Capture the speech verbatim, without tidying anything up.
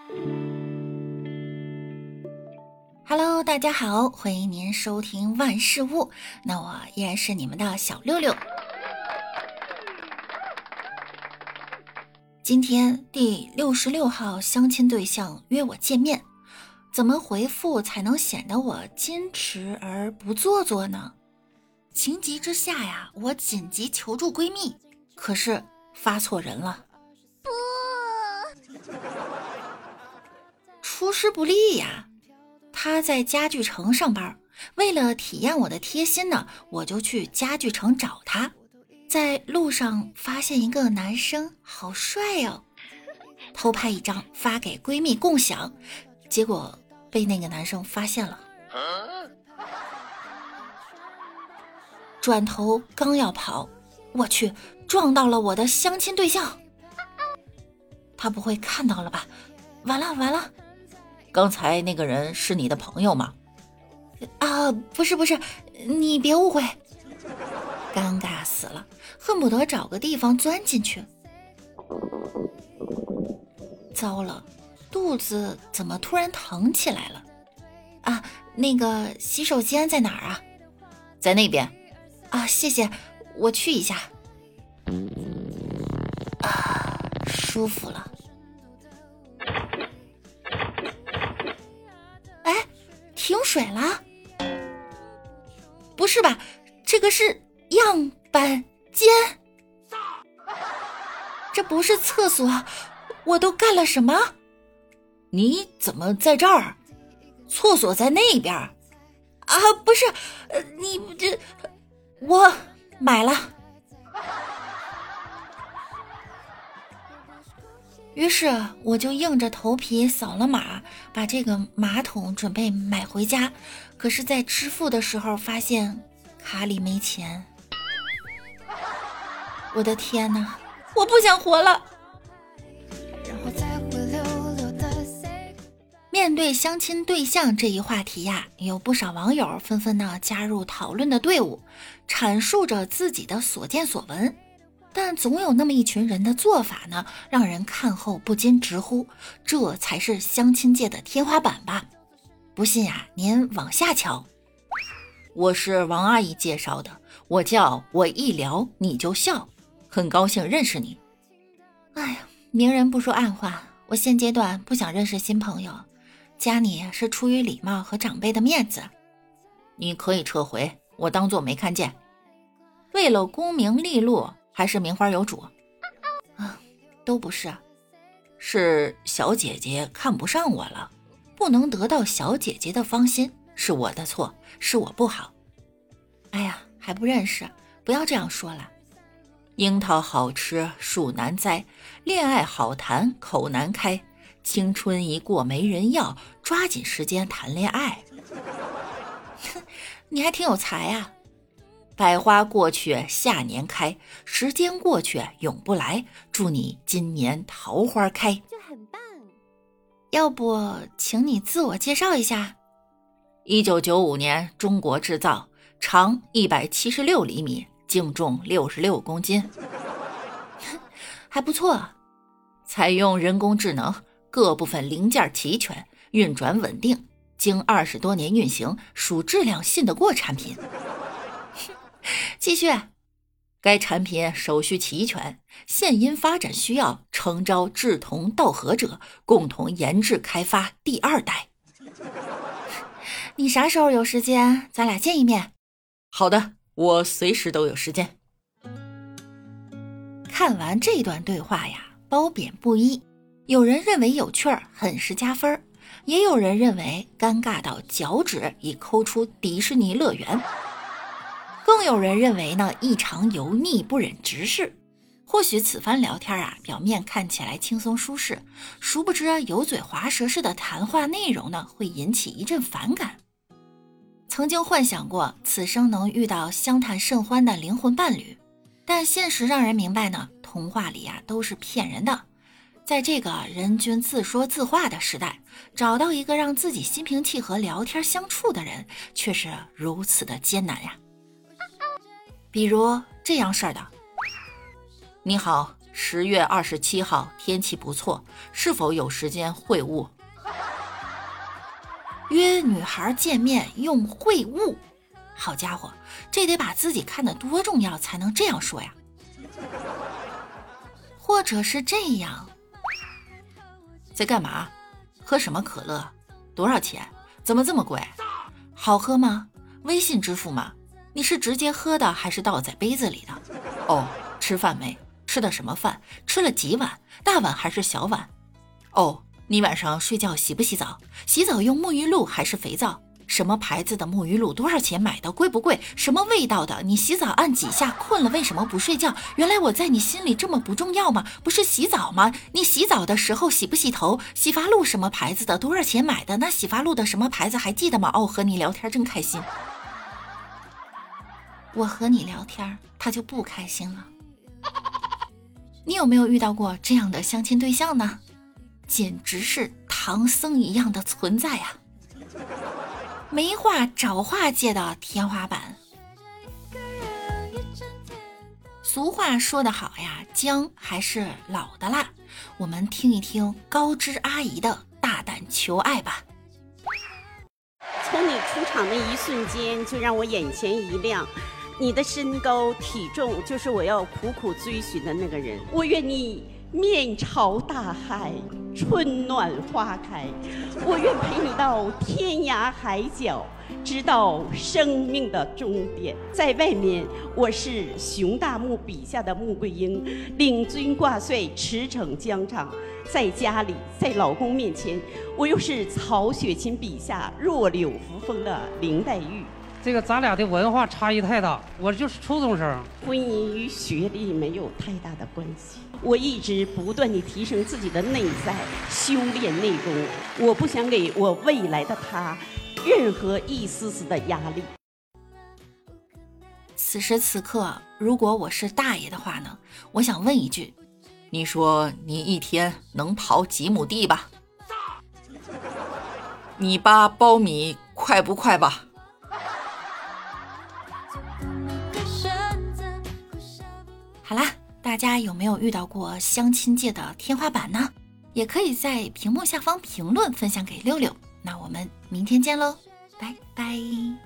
Hello， 大家好，欢迎您收听万事屋，那我依然是你们的小六六。今天第六十六号相亲对象约我见面，怎么回复才能显得我矜持而不做作呢？情急之下呀，我紧急求助闺蜜，可是发错人了。不，出师不利呀。他在家具城上班，为了体验我的贴心呢，我就去家具城找他。在路上发现一个男生，好帅哦，偷拍一张发给闺蜜共享，结果被那个男生发现了。转头刚要跑，我去，撞到了我的相亲对象。他不会看到了吧？完了完了！ 刚才那个人是你的朋友吗？ 啊，不是不是，你别误会。尴尬死了，恨不得找个地方钻进去。糟了，肚子怎么突然疼起来了？啊，那个洗手间在哪儿啊？ 在那边。 啊，谢谢，我去一下。啊，舒服了。停水了？不是吧，这个是样板间，这不是厕所，我都干了什么？ 你怎么在这儿？厕所在那边。 啊，不是，呃，你这我买了。于是我就硬着头皮扫了码，把这个马桶准备买回家。可是在支付的时候发现卡里没钱。我的天哪，我不想活了。面对相亲对象这一话题呀，有不少网友纷纷呢加入讨论的队伍，阐述着自己的所见所闻。但总有那么一群人的做法呢，让人看后不禁直呼，这才是相亲界的天花板吧？不信呀，您往下瞧。 我是王阿姨介绍的，我叫我一聊你就笑，很高兴认识你。 哎呀，明人不说暗话，我现阶段不想认识新朋友，加你是出于礼貌和长辈的面子。 你可以撤回，我当作没看见。为了功名利禄，还是名花有主？ 啊，都不是。 是小姐姐看不上我了，不能得到小姐姐的芳心，是我的错，是我不好。 哎呀，还不认识，不要这样说了。 樱桃好吃树难栽，恋爱好谈口难开，青春一过没人要，抓紧时间谈恋爱。 你还挺有才啊。 百花过去夏年开，时间过去永不来，祝你今年桃花开。 这很棒。要不请你自我介绍一下。 一九九五年中国制造，长一百七十六厘米，净重六十六公斤。 还不错。 采用人工智能，各部分零件齐全，运转稳定，经二十多年运行，属质量信得过产品。 继续。 该产品手续齐全，现因发展需要，诚招志同道合者，共同研制开发第二代。 你啥时候有时间，咱俩见一面？ 好的，我随时都有时间。 看完这段对话呀，褒贬不一，有人认为有趣儿，很是加分，也有人认为尴尬到脚趾已抠出迪士尼乐园。更有人认为呢，异常油腻，不忍直视。或许此番聊天啊，表面看起来轻松舒适，殊不知油嘴滑舌式的谈话内容呢，会引起一阵反感。曾经幻想过此生能遇到相谈甚欢的灵魂伴侣，但现实让人明白呢，童话里啊都是骗人的。在这个人均自说自话的时代，找到一个让自己心平气和聊天相处的人，却是如此的艰难呀。比如这样事儿的， 你好， 十月二十七号天气不错，是否有时间会晤？ 约女孩见面用会晤，好家伙，这得把自己看得多重要才能这样说呀。或者是这样， 在干嘛？喝什么可乐？多少钱？怎么这么贵？ 好喝吗？ 微信支付吗？你是直接喝的还是倒在杯子里的？哦，吃饭没？吃的什么饭？吃了几碗？大碗还是小碗？哦，你晚上睡觉洗不洗澡？洗澡用沐浴露还是肥皂？什么牌子的沐浴露？多少钱买的？贵不贵？什么味道的？你洗澡按几下？困了为什么不睡觉？原来我在你心里这么不重要吗？不是洗澡吗？你洗澡的时候洗不洗头？洗发露什么牌子的？多少钱买的？那洗发露的什么牌子还记得吗？哦，和你聊天真开心。 我和你聊天，他就不开心了。你有没有遇到过这样的相亲对象呢？简直是唐僧一样的存在呀！没话找话界的天花板。俗话说得好呀，姜还是老的辣。我们听一听高枝阿姨的大胆求爱吧。 从你出场的一瞬间就让我眼前一亮，你的身高体重就是我要苦苦追寻的那个人。我愿你面朝大海，春暖花开，我愿陪你到天涯海角，直到生命的终点。在外面我是熊大木笔下的穆桂英，领军挂帅，驰骋疆场；在家里，在老公面前，我又是曹雪芹笔下弱柳扶风的林黛玉。 这个咱俩的文化差异太大，我就是初中生。 婚姻与学历没有太大的关系，我一直不断地提升自己的内在，修炼内功。我不想给我未来的他任何一丝丝的压力。 此时此刻，如果我是大爷的话呢，我想问一句， 你说你一天能跑几亩地吧？你扒苞米快不快吧？ 好啦，大家有没有遇到过相亲界的天花板呢？也可以在屏幕下方评论分享给六六。那我们明天见喽，拜拜。